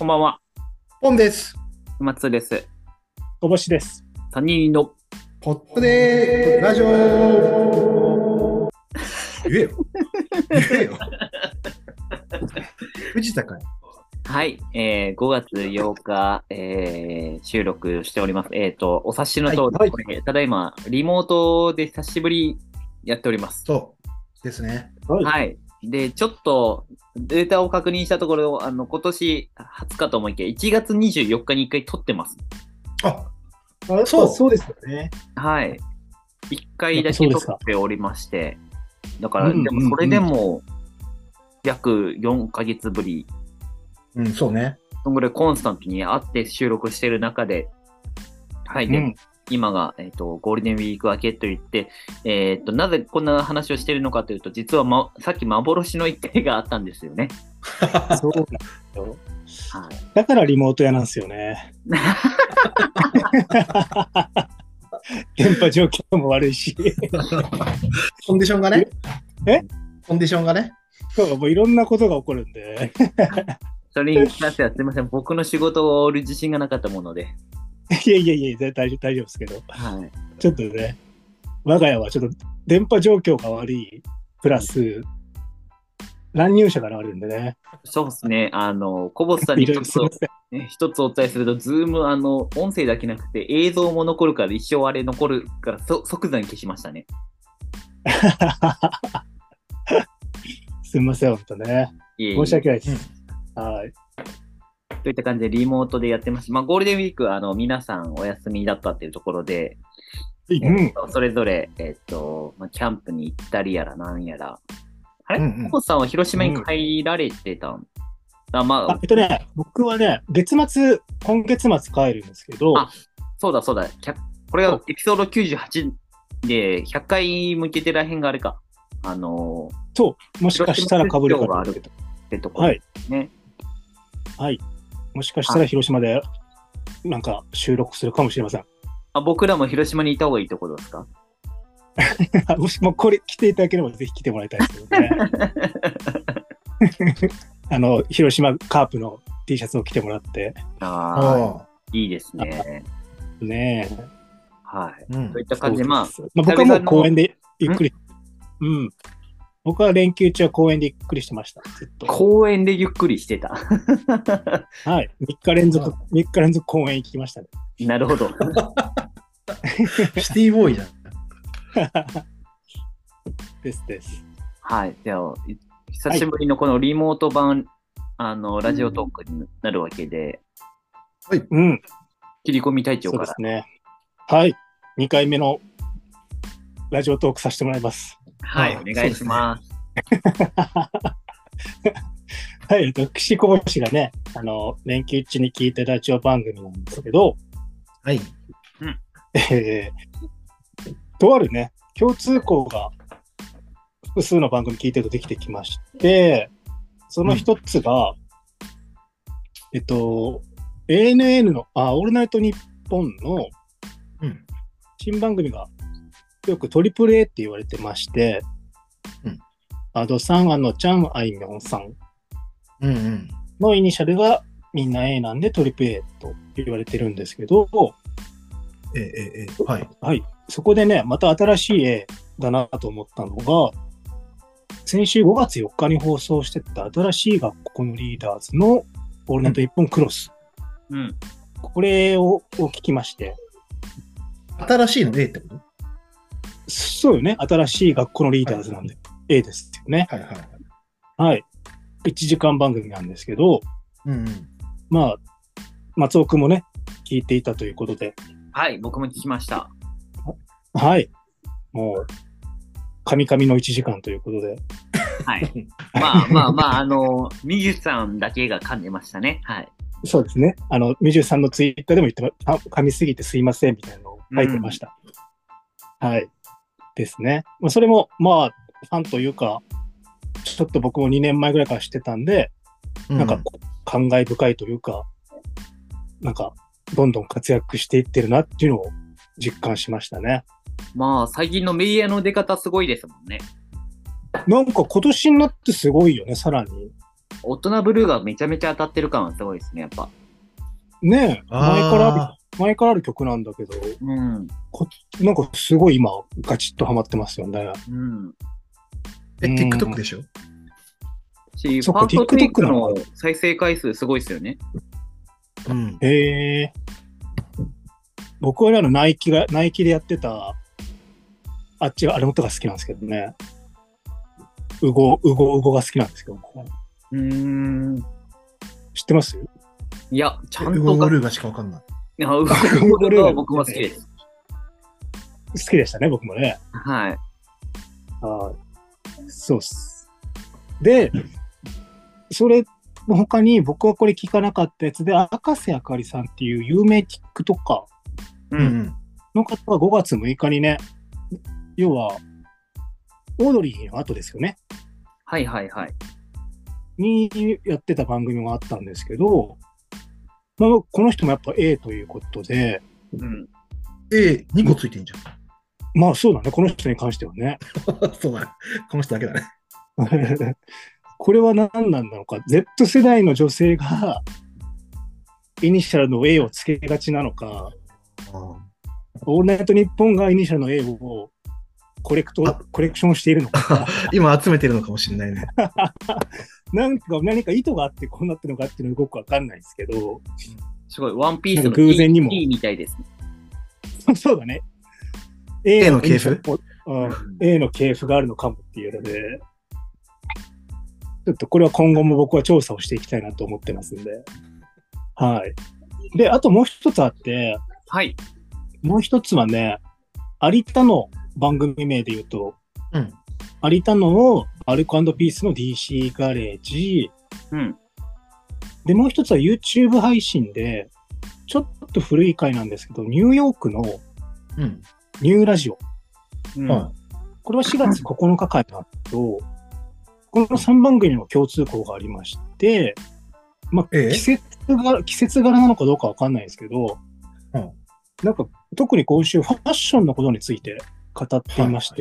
こんばんは。 ポンです。 松です。 おぼしです。 他人のポップでラジオ。言えよ。言えよ。藤田かい。 はい、5月8日、収録しております。お察しの通り、 はいこれただいまリモートで久しぶりやっております。 そうですね。 はい。で、ちょっとデータを確認したところ、今年20日と思いきや、1月24日に1回撮ってます。 そうですよね。 はい。1回だけ撮っておりまして、だから、でもそれでも約4ヶ月ぶり。 そうね。 そのぐらいコンスタントに会って収録している中で、はい。で、今が、ゴールデンウィーク明けといって、なぜこんな話をしているのかというと、実は、さっき幻の一回があったんですよね。 そうなんですよ。はい、だからリモート屋なんですよね。電波状況も悪いし。 コンディションがね。コンディションがね。 そう、もういろんなことが起こるんで。 それに関してはすみません。僕の仕事を終わる自信がなかったもので。 いや、大丈夫ですけど。 はい。 ちょっとね、我が家はちょっと電波状況が悪い、プラス、乱入者が現れるんでね。 そうですね。小ボスさんに一つお伝えすると、ズーム、音声だけなくて映像も残るから一生あれ残るから即座に消しましたね。 すみません、本当ね。申し訳ないです。はい。 といった感じでリモートでやってます。まあ、ゴールデンウィーク、皆さんお休みだったっていうところで、それぞれ、キャンプに行ったりやらなんやら。あれコボさんは広島に帰られてたん僕はね、今月末帰るんですけど。 そうだ。これがエピソード98で100回向けてらへんがあれか。 そう、もしかしたら被るがあるってところですね。 はい。もしかしたら広島でなんか収録するかもしれません。 僕らも広島にいた方がいいところですか？ もしもこれ来ていただければぜひ来てもらいたいですけどね。広島カープの T シャツを着てもらって。 いいですね。 ねえ。 はい。そういった感じで、 僕はもう公園でゆっくり。僕は連休中は公園でゆっくりしてました。ずっと公園でゆっくりしてた。 はい。3日連続公園行きましたね。 なるほど。 シティボーイじゃん。 です。 はい。じゃあ、久しぶりのこのリモート版、ラジオトークになるわけで、 はい。 切り込み隊長から。 そうですね。はい。2回目のラジオトークさせてもらいます。 はい、お願いします。 はい、私こぼしがね、連休中に聞いたラジオ番組なんですけど、 はい。 とあるね、共通項が複数の番組聞いてるとできてきまして、その一つが、ANN の、オールナイトニッポンの新番組がよくトリプル A って言われてまして、アドさん、チャン、アイミョンさんのイニシャルがみんな A なんでトリプル A と言われてるんですけど、はい。そこでね、また新しい A だなと思ったのが、先週5月4日に放送してた新しい学校のリーダーズのオールナイトニッポンクロス。これを聞きまして。 新しいの A ってこと？ そうよね。新しい学校のリーダーズなんで、A ですよね。はい。1時間番組なんですけど、松尾くんもね、聞いていたということで。 はい、僕も聞きました。 はい。もう、神々の1時間ということで。 はい。みじゅさんだけが噛んでましたね。はい。 そうですね。みじゅさんのツイッターでも言って噛みすぎてすいませんみたいなのを書いてました。はい。ですね。それも、ファンというか、ちょっと僕も2年前ぐらいから知ってたんで、なんか、感慨深いというか、なんか、どんどん活躍していってるなっていうのを実感しましたね。 最近のメディアの出方すごいですもんね。 なんか今年になってすごいよね、さらに。 大人ブルーがめちゃめちゃ当たってる感はすごいですね、やっぱ。 ねえ、 あ前からある曲なんだけど、 うん。 なんかすごい今、ガチッとハマってますよね。 うん。 TikTok でしょ？ し、 そっかファーストテイ TikTok クのなの再生回数すごいですよね。 うん。 へえ。僕はナイキでやってた、あっちが、あれの音が好きなんですけどね。うごが好きなんですけども。 うーん。 知ってますいや、ちゃんウとゴルーガしかわかんない。 ウゴルーガは僕も好きです。 好きでしたね、僕もね。 はい。 そうっす。で、それの他に僕はこれ聞かなかったやつで、赤瀬あかりさんっていう有名 TikToker うん。 の方が5月6日にね、要は、オードリーの後ですよね。 はいはいはい。 にやってた番組があったんですけど、まあ、この人もやっぱ A ということで、 うん。 2個ついてんじゃまあそうだね、この人に関してはね。 ん。そうだね。この人だけだね。 これは何なんだろうか。Z 世代の女性がイニシャルの A をつけがちなのか、オールナイトニッポンがイニシャルの A をコレクションしているのか。 今集めてるのかもしれないね。 何か意図があってこうなってるのかっていうのはよくわかんないですけど、 すごい、ワンピースの偶然にも T みたいですね。 そうだね。 A の系譜 ？A の系譜があるのかもっていうので、ちょっとこれは今後も僕は調査をしていきたいなと思ってますんで。はい。で、あともう一つあって、 はい。 もう一つはね、有田の番組名で言うと、 うん。 有田のをアルコ&ピースの DC ガレージ。 うん。 で、もう一つは YouTube 配信で、ちょっと古い回なんですけど、ニューヨークのうん。 ニューラジオ。 うん。 はこれは4月9日回なんですけど、この3番組にも共通項がありまして、まあ、季節柄なのかどうかわかんないですけど、なんか特に今週ファッションのことについて語っていまして、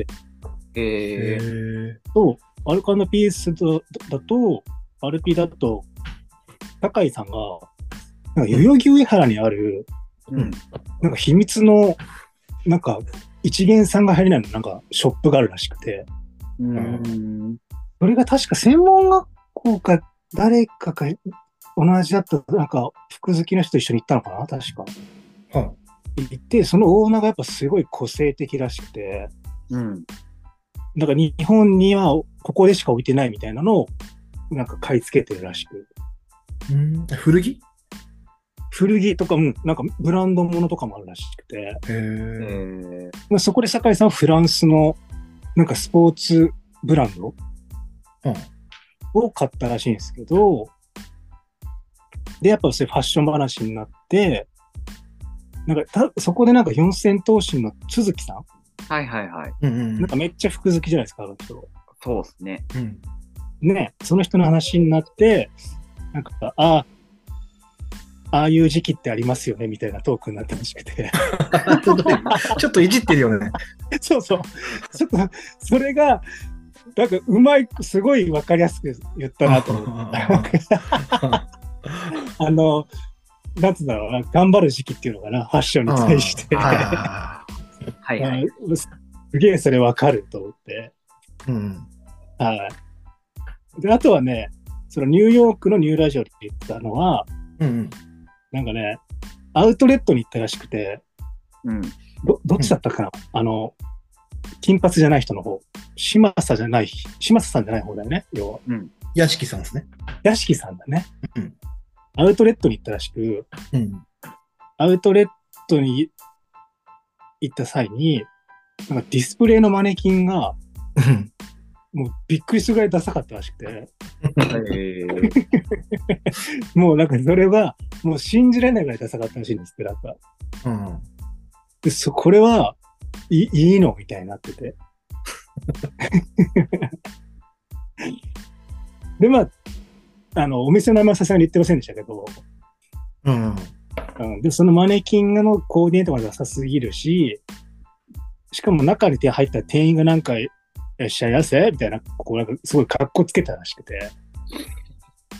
アルカンピースだと、アルピだと、高井さんが、なんか代々木上原にある、なんか秘密の、なんか一元さんが入れないの、なんかショップがあるらしくて、それが確か専門学校か誰かが同じだった、なんか服好きの人と一緒に行ったのかな、確か。行って、そのオーナーがやっぱすごい個性的らしくて、なんか日本にはここでしか置いてないみたいなのをなんか買い付けてるらしく。 古着とかもなんかブランド物とかもあるらしくて、まあ、そこで酒井さんはフランスのなんかスポーツブランドを買ったらしいんですけど、でやっぱそれファッション話になって、なんかそこでなんか四千頭身の都築さん、なんかめっちゃ服好きじゃないですか、あの人。 そうですね。 ね、その人の話になって、なんかああいう時期ってありますよねみたいなトークになったらしくてちょっといじってるよね。 そうちょっとそれがなんかうまい、すごい分かりやすく言ったなと思ってなんつうんだろうな、頑張る時期っていうのかな、ファッションに対してすげえそれ分かると思って、であとはね、そのニューヨークのニューラジオで言ったのは、なんかね、アウトレットに行ったらしくて、どっちだったかな、金髪じゃない人の方、嶋佐さんじゃない方だよね、要は。 屋敷さんですね。 屋敷さんだね。アウトレットに行ったらしく、アウトレットに行った際に、なんかディスプレイのマネキンが、もうびっくりするぐらいダサかったらしくて。もうなんかそれは、もう信じられないぐらいダサかったらしいんですって、なんか。でこれはいいのみたいになってて。で、まあ、お店の名前はさすがに言ってませんでしたけど、で、そのマネキンのコーディネートがダサすぎるし、しかも中に入った店員がなんか、いらっしゃいませみたいな、こうなんかすごい格好つけたらしくて。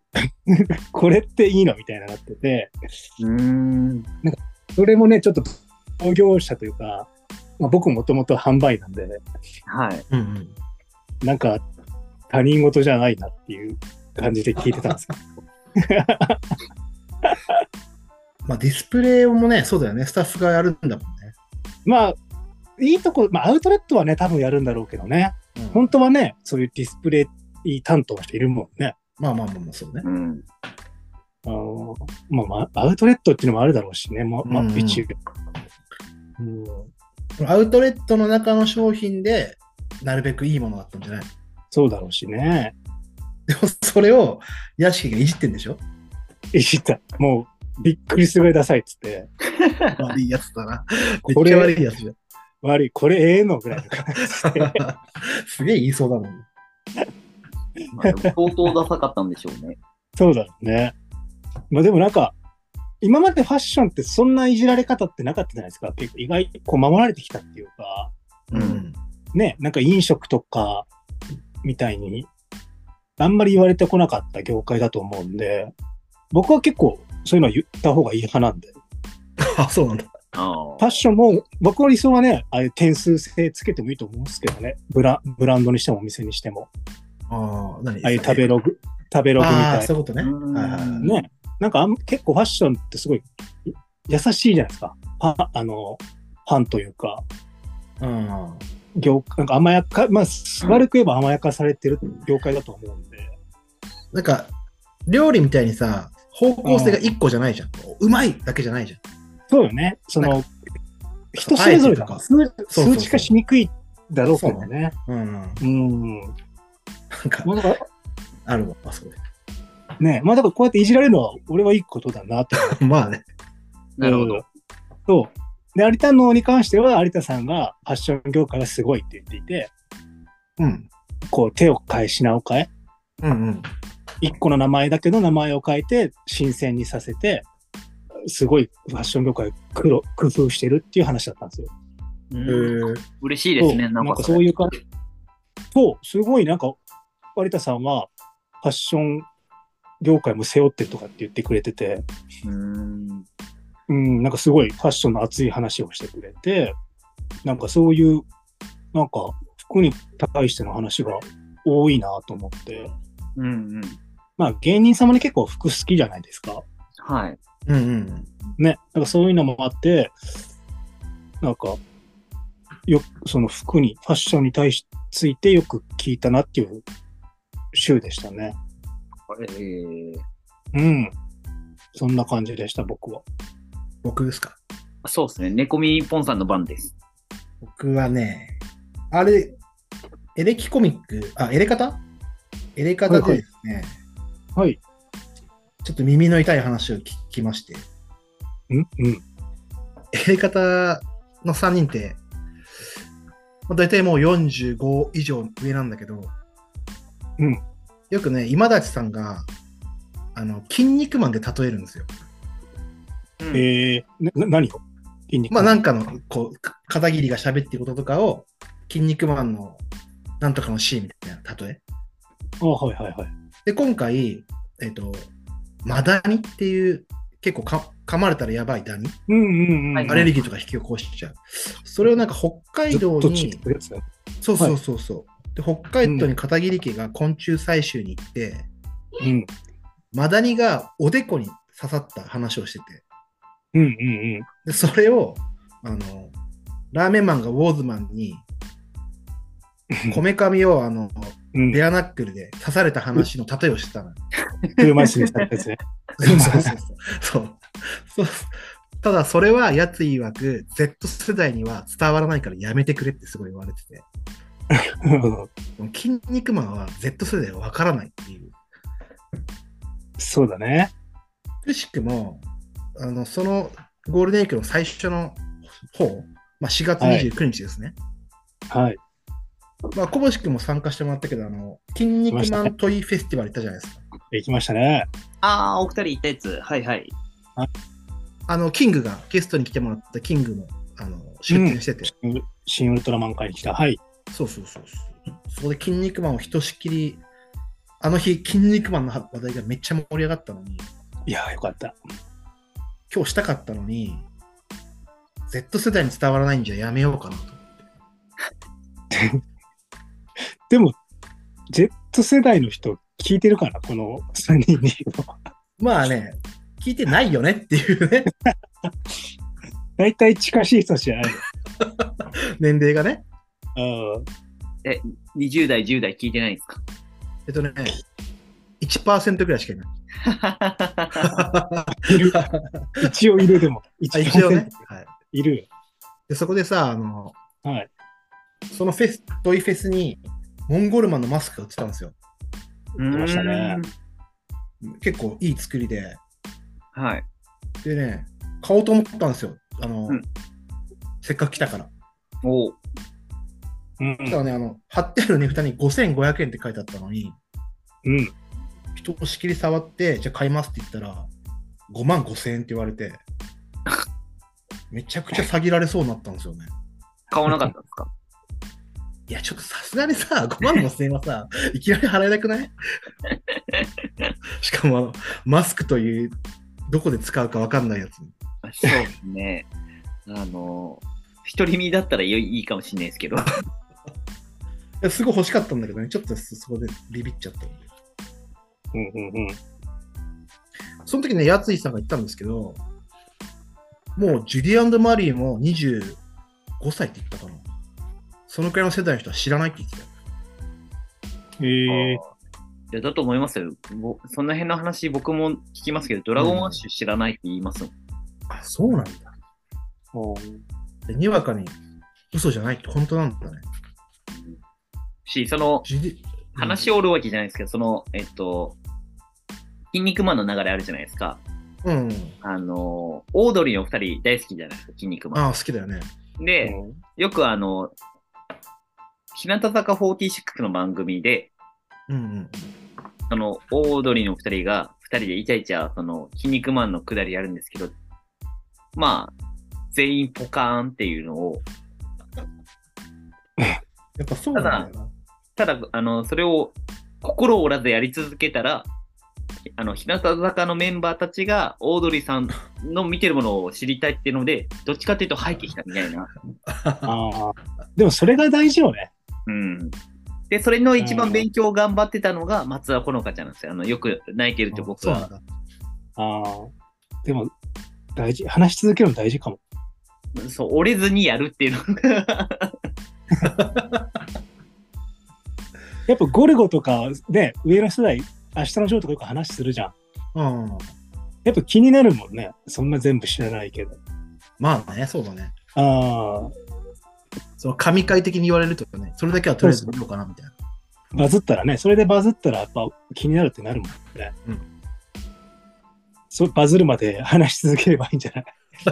これっていいのみたいななってて、 なんかそれもね、ちょっと同業者というか、まあ、僕もともと販売なんで、 はい。 なんか他人事じゃないなっていう感じで聞いてたんですけど。 まあディスプレイもね、そうだよね。スタッフがやるんだもんね。 まあ、いいとこ、まあアウトレットはね、多分やるんだろうけどね。本当はね、そういうディスプレイ担当の人いるもんね。 まあ、そうね。 まあ、アウトレットっていうのもあるだろうしね、まあ、一応。アウトレットの中の商品で、なるべくいいものだったんじゃない？ そうだろうしね。 でも、それを、屋敷がいじってんでしょ？ いじった。もう、びっくりするぐらいダサいっつって。 悪いやつだな。めっちゃ悪いやつじゃん。 悪い、これええのぐらいの感じすげえ言いそうだもん。 相当ダサかったんでしょうね。 そうだろうね。まあでもなんか、今までファッションってそんないじられ方ってなかったじゃないですか。結構意外とこう守られてきたっていうか、ね、なんか飲食とかみたいに、あんまり言われてこなかった業界だと思うんで、僕は結構そういうのは言った方がいい派なんで。 あ、そうなんだ。 ファッションも、僕の理想はね、ああいう点数制つけてもいいと思うんですけどね。ブランドにしてもお店にしても。ああいう食べログみたいな。 そういうことね。 ね。なんか結構ファッションってすごい優しいじゃないですか。ファンというか。なんか甘やか、まあ、悪く言えば甘やかされてる業界だと思うんで。 なんか、料理みたいにさ、方向性が一個じゃないじゃん。うまいだけじゃないじゃん。 そうよね。人それぞれだから、数値化しにくいだろうけどね。 なんか、あるわ、それ。 ね、まあだからこうやっていじられるのは、俺はいいことだなと。 まあね。 なるほど。 そう。で、有田のに関しては、有田さんがファッション業界がすごいって言っていて、こう手を変え品を変え、一個の名前だけど名前を変えて新鮮にさせて、すごいファッション業界工夫してるっていう話だったんですよ。 嬉しいですね。 なんかそういう感じ。そう、すごいなんか、有田さんはファッション業界も背負ってるとかって言ってくれてて、なんかすごいファッションの熱い話をしてくれて、なんかそういう、なんか服に対しての話が多いなと思って。まあ芸人様に結構服好きじゃないですか。 はい。 ね、なんかそういうのもあって、なんか、その服に、ファッションについてよく聞いたなっていう週でしたね。そんな感じでした、僕は。 僕ですか？ そうですね。猫みポンさんの番です。 僕はね、あれ、エレキコミック、エレカタでですね、 はい。 ちょっと耳の痛い話を聞きまして。エレカタの3人って、だいたいもう45以上上なんだけど、よくね、今立さんが、筋肉マンで例えるんですよ。 何を筋肉マン？なんかの、こう、片桐が喋ってることとかを、筋肉マンのなんとかのシーンみたいな例え。で、今回、マダニっていう、結構噛まれたらやばいダニ、アレルギーとか引き起こしちゃう。それをなんか北海道に、そうで、北海道に片桐家が昆虫採集に行って、マダニがおでこに刺さった話をしてて、でそれをラーメンマンがウォーズマンにこめかみをベアナックルで刺された話の例えをしてたの。 車椅子にしたやつね。 そう。ただそれはやつ曰く Z 世代には伝わらないからやめてくれってすごい言われてて。筋肉マンは Z 世代はわからないっていう。 そうだね。 くしくもそのゴールデンウィークの最初の方、4月29日ですね。 はい。 小星君も参加してもらったけど、筋肉マントイフェスティバル行ったじゃないですか。 行きましたね。 お二人行ったやつ。はいはい。 キングが、ゲストに来てもらったキングも、出展してて。 新ウルトラマン会に来た。はい。 そう。そこで筋肉マンをひとしきりあの日、筋肉マンの話題がめっちゃ盛り上がったのに、 いやー、よかった。 今日したかったのに、Z 世代に伝わらないんじゃやめようかなと。 でも、Z 世代の人聞いてるかなこの3人に。 まあね、聞いてないよねっていうね。 大体近しい人じゃない年齢がね。 20代、10代聞いてないんですか 1% ぐらいしかいない。 いる。一応いるでも。 一応ね。はい、 いる。 で、そこでさ、 はい。 そのトイフェスに、モンゴルマンのマスクが売ってたんですよ。 売ってましたね。 結構いい作りで。 はい。 でね、買おうと思ったんですよ。せっかく来たから。 おう。 ただね、貼ってある値札に5500円って書いてあったのに、人をしきり触って、じゃあ買いますって言ったら、55000円って言われて、めちゃくちゃ下げられそうになったんですよね。 買わなかったんですか？ いや、ちょっとさすがにさ、55000円はさ、いきなり払えなくないしかもマスクという、どこで使うか分かんないやつ。 そうですね。独り身だったらいいかもしれないですけど。 すごい欲しかったんだけどね、ちょっとそこでビビっちゃったんで。その時ね、やついさんが言ったんですけど、もうジュディ&マリーも25歳って言ったかな。そのくらいの世代の人は知らないって言ってたよ。 いやだと思いますよ。その辺の話僕も聞きますけど、ドラゴンアッシュ知らないって言いますもん。 あ、そうなんだ。にわかに嘘じゃないって本当なんだね。 話を折るわけじゃないですけど、筋肉マンの流れあるじゃないですか。オードリーの2人大好きじゃないですか、筋肉マン。 ああ、好きだよね。 で、よく日向坂46の番組で、オードリーの2人が、2人でイチャイチャ、筋肉マンのくだりやるんですけど、まあ、全員ポカーンっていうのを、 やっぱそうなんだよな。 ただ、それを心折らずやり続けたら、日向坂のメンバーたちがオードリーさんの見てるものを知りたいっていうので、どっちかっていうと入ってきたみたいな。 でもそれが大事よね。 で、それの一番勉強を頑張ってたのが松田好花ちゃんなんですよ。よく泣いてるって僕は。 でも、大事。話し続けるの大事かも。 そう、折れずにやるっていうのが。 やっぱゴルゴとかね、上の世代、明日のジョーとかよく話するじゃん。やっぱ気になるもんね。そんな全部知らないけど。 まあね、そうだね。その神回的に言われるとね、それだけはとりあえず見ようかなみたいな。 バズったらね、それでバズったらやっぱ気になるってなるもんね。バズるまで話し続ければいいんじゃない？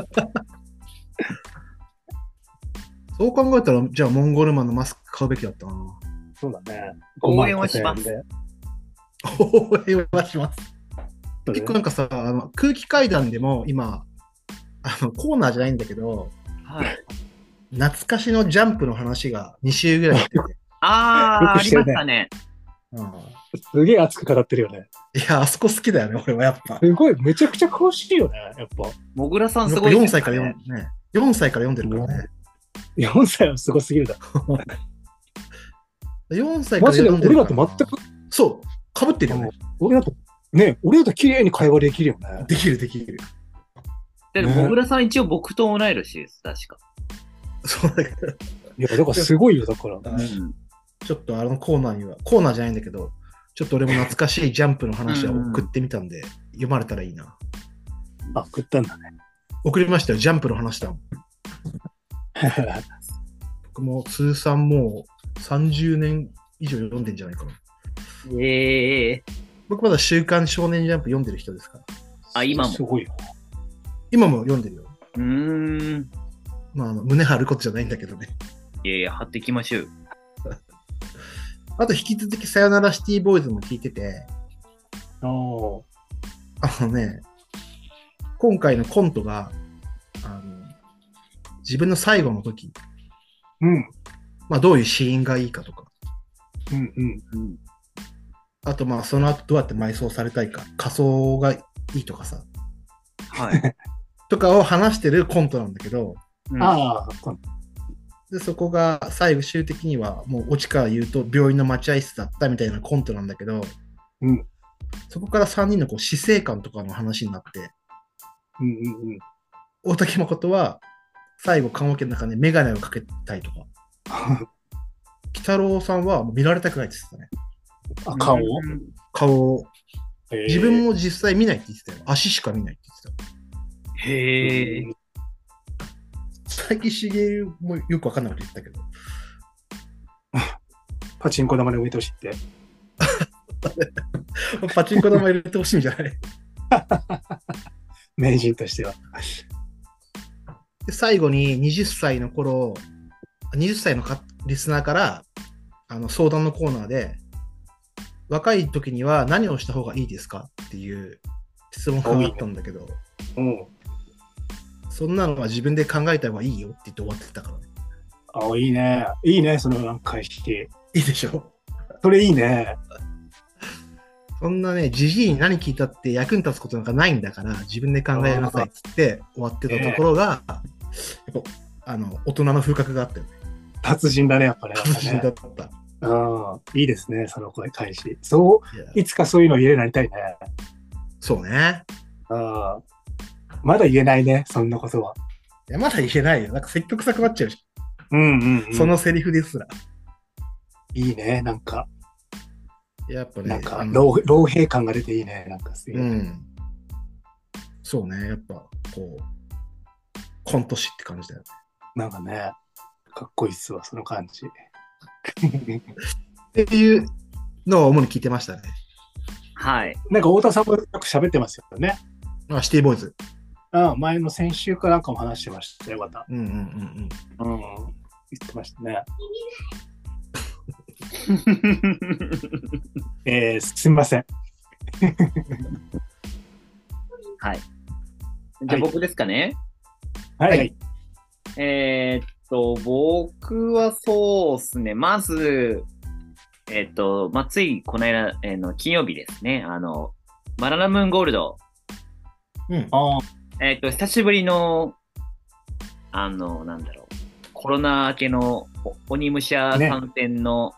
そう考えたら、じゃあモンゴルマンのマスク買うべきだったな。 そうだね。 応援はします。 応援はします。結構なんかさ、空気階段でも今、コーナーじゃないんだけど、懐かしのジャンプの話が2週ぐらいやってて。 ありましたね。 すげえ熱く語ってるよね。 いや、あそこ好きだよね、俺はやっぱ。 すごい、めちゃくちゃ詳しいよね、やっぱ。 もぐらさんすごい、 4歳から4歳から読んでるからね。 4歳はすごすぎるだ。 4歳から読んでるから。 俺だと全く。 そう、かぶってるよね。 俺だと綺麗に会話できるよね。 できる。 でも、もぐらさん一応僕と同い年です、確か。 そうだけど。 いや、だからすごいよ、だから。 ちょっとコーナーじゃないんだけど、ちょっと俺も懐かしいジャンプの話を送ってみたんで、読まれたらいいな。 送ったんだね。 送りましたよ、ジャンプの話だもん。僕も通算もう30年以上読んでんじゃないかな。僕まだ週刊少年ジャンプ読んでる人ですから。 今も。 すごいよ。 今も読んでるよ。まあ、胸張ることじゃないんだけどね。 貼っていきましょう。 あと引き続きさよならシティボーイズも聞いてて。今回のコントが、自分の最後の時、まあどういうシーンがいいかとか、 あとまあその後どうやって埋葬されたいか、仮装がいいとかさ、 はい。 とかを話してるコントなんだけど、 ああ、 でそこが最終的にはもうオチから言うと病院の待合室だったみたいなコントなんだけど、 うん。 そこから3人のこう死生観とかの話になって、 うんうんうん。 大竹誠は最後棺桶の中でメガネをかけたいとか、鬼太郎さんはもう見られたくないって言ってたね。 あ、顔顔を。自分も。 も実際見ないって言ってたよ。足しか見ないって言ってた。 へえ。 佐伯茂もよくわかんなくて言ったけど。 パチンコ玉で埋めてほしいって。 パチンコ玉入れてほしいんじゃない名人としては。 で最後に20歳の頃、20歳のリスナーから相談のコーナーで、若い時には何をした方がいいですかっていう質問があったんだけど、そんなのは自分で考えた方がいいよって言って終わってたからね。 あ、いいね。いいね、その返し。 いいでしょ。 それいいね。 そんなね、じじいに何聞いたって役に立つことなんかないんだから、自分で考えなさいっつって終わってたところが、やっぱ大人の風格があったよね。 達人だね、やっぱね。 達人だった。 いいですね、その声返し。そう、いつかそういうの言えるようになりたいね。 そうね。 まだ言えないね、そんなことは。 いや、まだ言えないよ。なんか積極臭くなっちゃうし。そのセリフですら。 いいね、なんか。 やっぱね。 なんか、老兵感が出ていいね、なんかすげえ。 そうね、やっぱ、こう、コント師って感じだよね。 なんかね、かっこいいっすわ、その感じ。 っていうのを主に聞いてましたね。 はい。 なんか太田さんもよく喋ってますよね。 シティボーイズ。 前の先週かなんかも話してましたよ、また。言ってましたね。すみません。 はい。じゃあ僕ですかね。 はい。 僕はそうですね。まず、ついこの間、金曜日ですね。バナナムーンゴールド。久しぶりの、なんだろう。コロナ明けの鬼武者参戦の、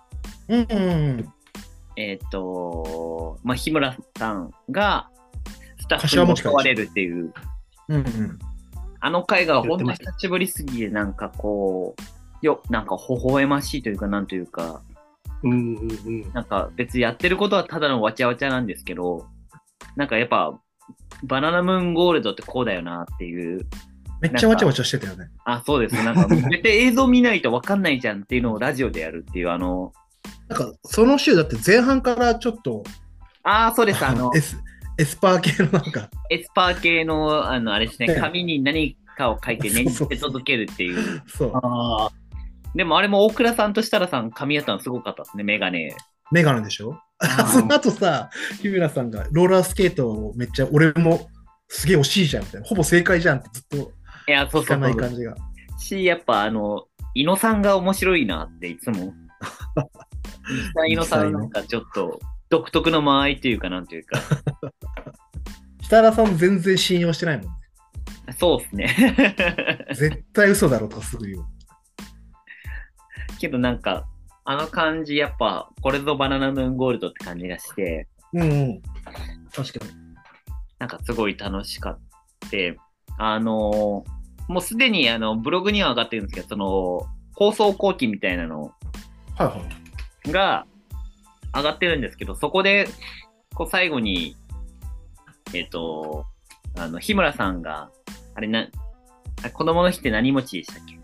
日村さんがスタッフに問われるっていう、あの回が本当に久しぶりすぎて、なんかこう、なんか微笑ましいというか、なんというか、なんか別にやってることはただのわちゃわちゃなんですけど、なんかやっぱ、バナナムーンゴールドってこうだよなっていう。 めっちゃわちゃわちゃしてたよね。 そうです。なんか、絶対映像見ないとわかんないじゃんっていうのをラジオでやるっていう、なんか、その週だって前半からちょっと、 そうです。 エスパー系のなんか。 エスパー系の、あれですね、紙に何かを書いて念じて届けるっていう。でもあれも大倉さんと設楽さん、髪やったのすごかったですね、メガネ。 メガネでしょその後さ、日村さんがローラースケートをめっちゃ、俺もすげえ惜しいじゃんみたいな。ほぼ正解じゃんってずっと聞かない感じが。 やっぱ伊野さんが面白いなっていつも。伊野さんなんかちょっと独特の間合いっていうかなんていうか。 設楽さん全然信用してないもんね。 そうですね。 絶対嘘だろとかすぐ言う。 けどなんか、あの感じやっぱこれぞバナナムーンゴールドって感じがして。 確かに。 なんかすごい楽しかった。もうすでにブログには上がってるんですけど、その放送後期みたいなのが上がってるんですけど、そこでこう最後に日村さんがあれ子供の日って何餅でしたっけ？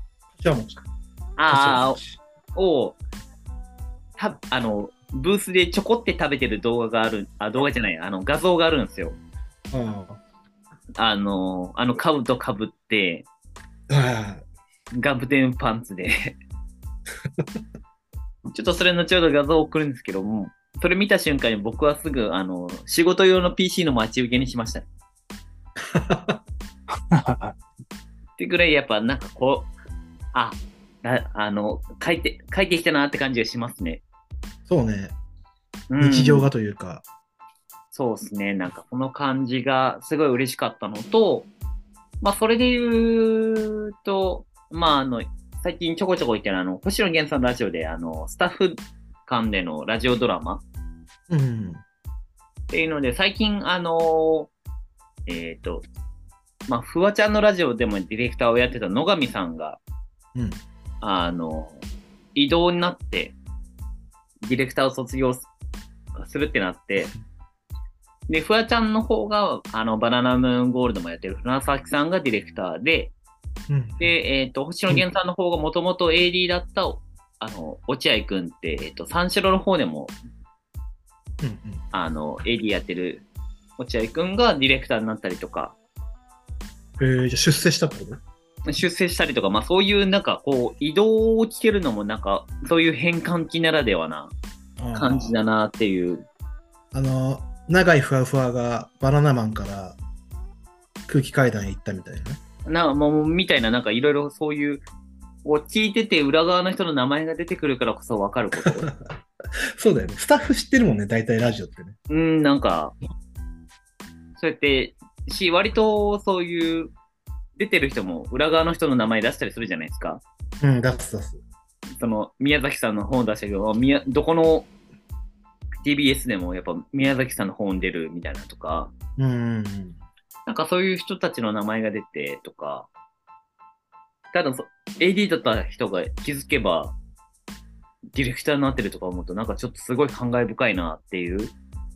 をブースでちょこって食べてる動画がある、動画じゃない、画像があるんですよ。カブトかぶって、ガブテンパンツで。ちょっとそれのちょうど画像を送るんですけども、それ見た瞬間に僕はすぐ、仕事用の PC の待ち受けにしました。ってぐらいやっぱなんかこう、帰ってきたなって感じがしますね。 そうね。 日常がというか。 そうですね。なんかこの感じがすごい嬉しかったのと、まあそれで言うと、まあ最近ちょこちょこ言ってる星野源さんのラジオでスタッフ間でのラジオドラマ。っていうので、最近まあ、フワちゃんのラジオでもディレクターをやってた野上さんが、異動になって、ディレクターを卒業するってなって、で、フワちゃんの方が、バナナムーンゴールドもやってる船崎さんがディレクターで、で、星野源さんの方がもともと AD だった、落合くんって、三四郎の方でも、AD やってる落合くんがディレクターになったりとか。 じゃあ出世したってこと？ 出世したりとか、まあそういうなんかこう、移動を聞けるのもなんか、そういう変換期ならではな感じだなっていう。 長いふわふわがバナナマンから空気階段へ行ったみたいな。 もうみたいな、なんかいろいろそういう、を聞いてて裏側の人の名前が出てくるからこそ分かること。 そうだよね。スタッフ知ってるもんね、大体ラジオってね。 なんか、そうやって、割とそういう、出てる人も裏側の人の名前出したりするじゃないですか。 出す。 宮崎さんの本出したけど、どこの TBS でもやっぱ宮崎さんの本出るみたいなとか、なんかそういう人たちの名前が出てとか、ただAD だった人が気づけば、ディレクターになってるとか思うと、なんかちょっとすごい感慨深いなっていう。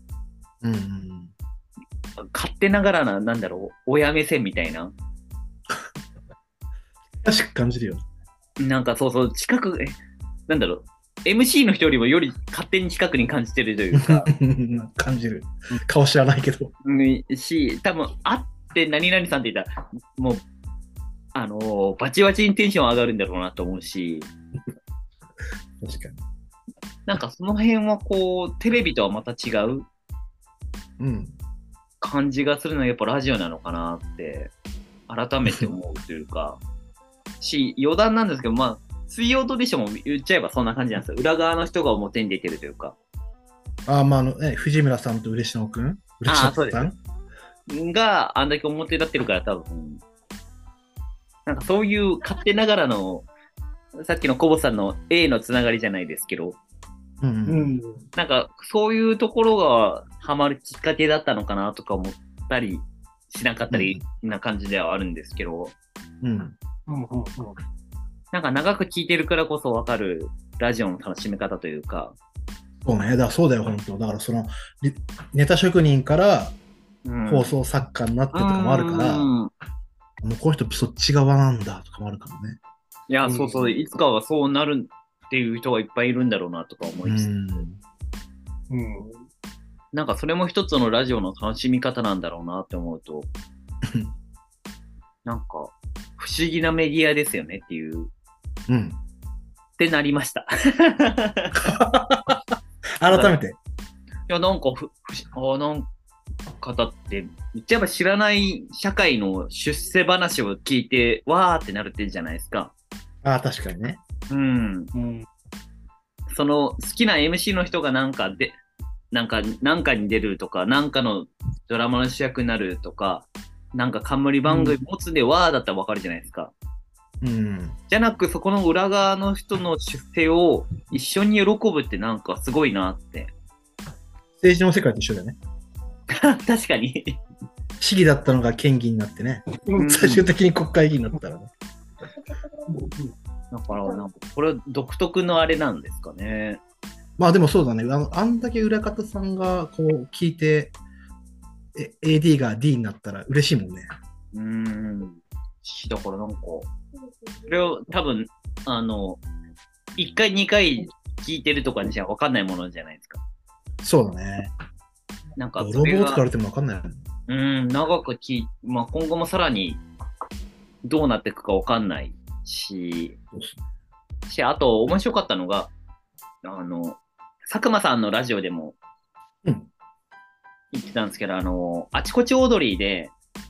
勝手ながらなんだろう、親目線みたいな。 確かに感じるよ。 なんかそう、近く、なんだろう、MC の人よりもより勝手に近くに感じてるというか。 感じる。顔知らないけど。 多分、会って何々さんって言ったら、もう、バチバチにテンション上がるんだろうなと思うし。 確かに。 なんかその辺はこう、テレビとはまた違う感じがするのはやっぱラジオなのかなって、改めて思うというか、余談なんですけど、まあ、水曜どうでしても言っちゃえばそんな感じなんですよ。裏側の人が表に出てるというか。 まあ、藤村さんと嬉野くんそうです。があんだけ表立ってるから多分、なんかそういう勝手ながらの、さっきのコボさんの A のつながりじゃないですけど、なんかそういうところがハマるきっかけだったのかなとか思ったりしなかったりな感じではあるんですけど、なんか長く聞いてるからこそわかるラジオの楽しみ方というか。 そうね、そうだよ、本当。だからそのネタ職人から放送作家になってとかもあるから、もうこの人そっち側なんだとかもあるからね。 いや、そう、いつかはそうなるっていう人がいっぱいいるんだろうなとか思いつつ。なんかそれも一つのラジオの楽しみ方なんだろうなって思うと、なんか不思議なメディアですよねっていう。ってなりました。 改めて。 いや、なんかなんかだって、言っちゃえば知らない社会の出世話を聞いて、わーってなるってじゃないですか。 確かにね。 その好きな MC の人がなんかに出るとか、なんかのドラマの主役になるとか、なんか冠番組持つでわーだったらわかるじゃないですか。じゃなく、そこの裏側の人の出世を一緒に喜ぶってなんかすごいなって。 政治の世界と一緒だよね。 確かに。 市議だったのが県議になってね。最終的に国会議員になったらね。 だから、なんかこれは独特のあれなんですかね。 まあでもそうだね。あんだけ裏方さんがこう聞いて、AD が D になったら嬉しいもんね。 だからなんか、それを多分、1回2回聞いてるとかにじゃ分かんないものじゃないですか。 そうだね。 なんかロボートからても分かんない。 長くまあ今後もさらにどうなっていくか分かんないし、あと面白かったのが、佐久間さんのラジオでも言ってたんですけど、あちこちオードリーで、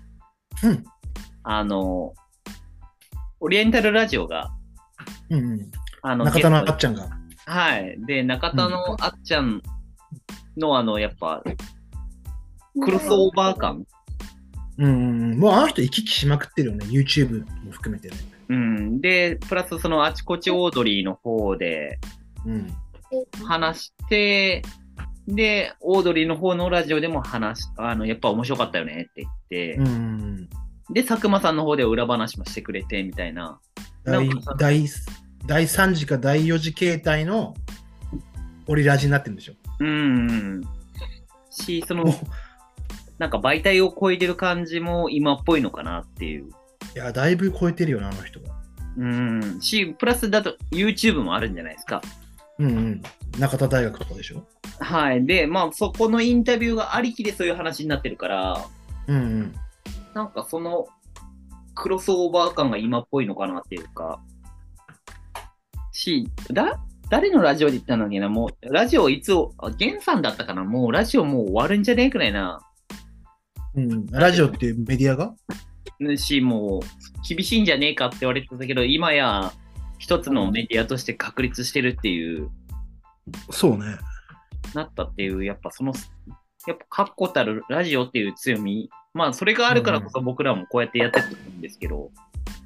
オリエンタルラジオが、 中田のあっちゃんが。 はい。で、中田のあっちゃんのやっぱ、クロスオーバー感。 もうあの人行き来しまくってるよね。YouTube も含めてね。 で、プラスそのあちこちオードリーの方で、話して、で、オードリーの方のラジオでもやっぱ面白かったよねって言って、で、佐久間さんの方で裏話もしてくれて、みたいな。 第3次か第4次形態のオリラジになってるんでしょ。 なんか媒体を超えてる感じも今っぽいのかなっていう。 いや、だいぶ超えてるよな、あの人は。 プラスだと YouTube もあるんじゃないですか。 中田大学とかでしょ。 はい。で、まあ、そこのインタビューがありきでそういう話になってるから、なんかそのクロスオーバー感が今っぽいのかなっていうか、誰のラジオで言ったのにな、もう、ラジオいつゲンさんだったかな、もうラジオもう終わるんじゃねえくらいな。 ラジオっていうメディアがもう、厳しいんじゃねえかって言われてたけど、今や一つのメディアとして確立してるっていう。 そうね。 なったっていう、やっぱ確固たるラジオっていう強み、まあ、それがあるからこそ僕らもこうやってやってるんですけど、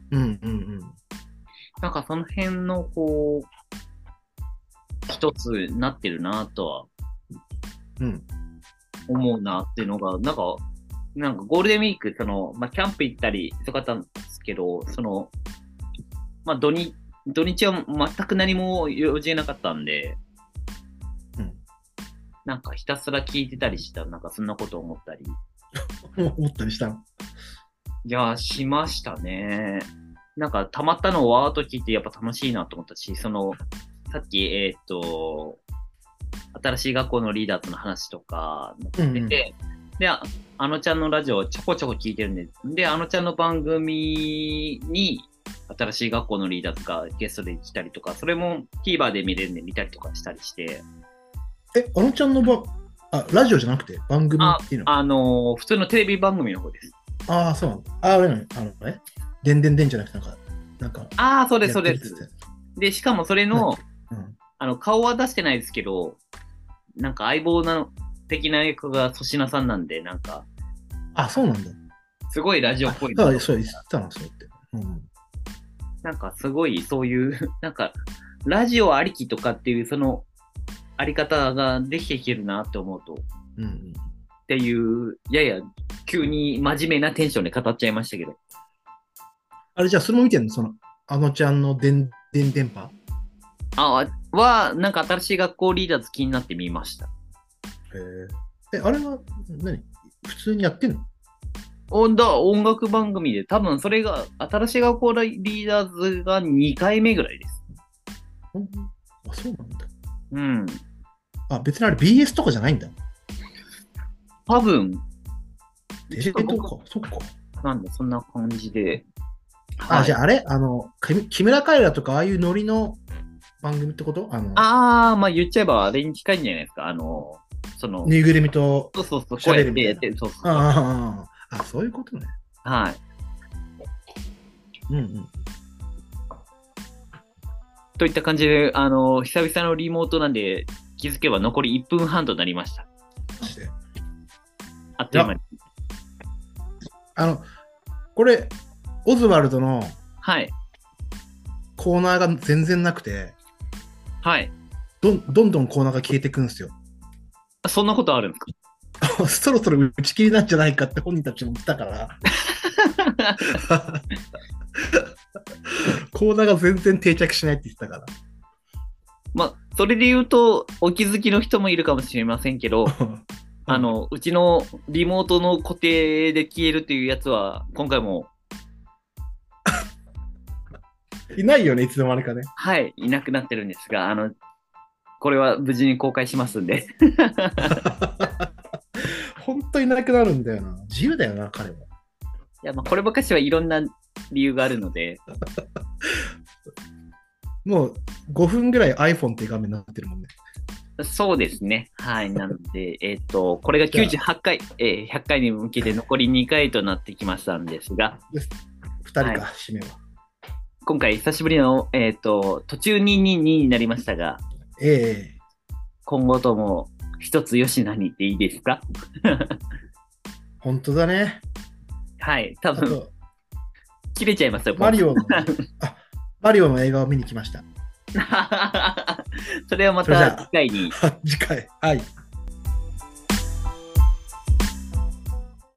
なんかその辺の、こう、一つになってるなとは、思うなっていうのが、なんかゴールデンウィーク、キャンプ行ったりとかったんですけど、まあ土日は全く何も用事なかったんで、なんかひたすら聞いてたりしたら、なんかそんなこと思ったり。 思ったりしたの？ いや、しましたね。なんか溜まったのをわーっと聞いてやっぱ楽しいなと思ったし、さっき、新しい学校のリーダーズの話とか載ってて、で、あのちゃんのラジオをちょこちょこ聞いてるんで、で、あのちゃんの番組に新しい学校のリーダーズがゲストで来たりとか、それも TVer で見れるんで見たりとかしたりして。 あのちゃんのラジオじゃなくて番組っていうの？普通のテレビ番組の方です。 ああ、そうなんだ。でんでんでんじゃなくてなんか。 ああ、そうです、そうです。で、しかもそれの、顔は出してないですけど、なんか相棒的な役が粗品さんなんで、なんか。 あ、そうなんだ。 すごいラジオっぽい。 そう言ったな、そうって。 なんかすごいそういう、なんか、ラジオありきとかっていう、あり方ができてきてるなって思うと、っていう、やや急に真面目なテンションで語っちゃいましたけど。 あれじゃあ、それも見てんの？あのちゃんの電波なんか新しい学校リーダーズ気になって見ました。 あれは普通にやってんの？ 音楽番組で、多分それが、新しい学校リーダーズが2回目ぐらいです。 あ、そうなんだ。別にあれ BS とかじゃないんだ。 多分。 テレ東か。そっか。 なんで、そんな感じで。 じゃああれ木村カエラとかああいうノリの番組ってこと？ まあ言っちゃえばあれに近いんじゃないですか。 ぬいぐるみと喋るみたいな。 そういうことね。 はい。といった感じで、久々のリモートなんで、気づけば残り1分半となりました。あっという間に。 これ、オズワルドのコーナーが全然なくて、どんどんコーナーが消えていくんですよ。 そんなことあるんですか？そろそろ打ち切りなんじゃないかって本人たちも言ったから。コーナーが全然定着しないって言ってたから。 まあ、それで言うと、お気づきの人もいるかもしれませんけど、うちのリモートの固定で消えるっていうやつは、今回も。 いないよね、いつの間にかね。 はい、いなくなってるんですが、これは無事に公開しますんで。 本当になくなるんだよな。自由だよな、彼は。いや、まあ、こればかしはいろんな理由があるので。 もう5分ぐらい iPhone っていう画面になってるもんね。 そうですね。はい。なので、これが98回、100回に向けて残り2回となってきましたんですが。 2人か、締めは。 今回久しぶりの、途中222になりましたが、 今後とも一つ吉野にっていいですか？ 本当だね。 はい、多分、切れちゃいますよ、 マリオの、マリオの映画を見に来ました。 それはまた次回に。 次回。はい。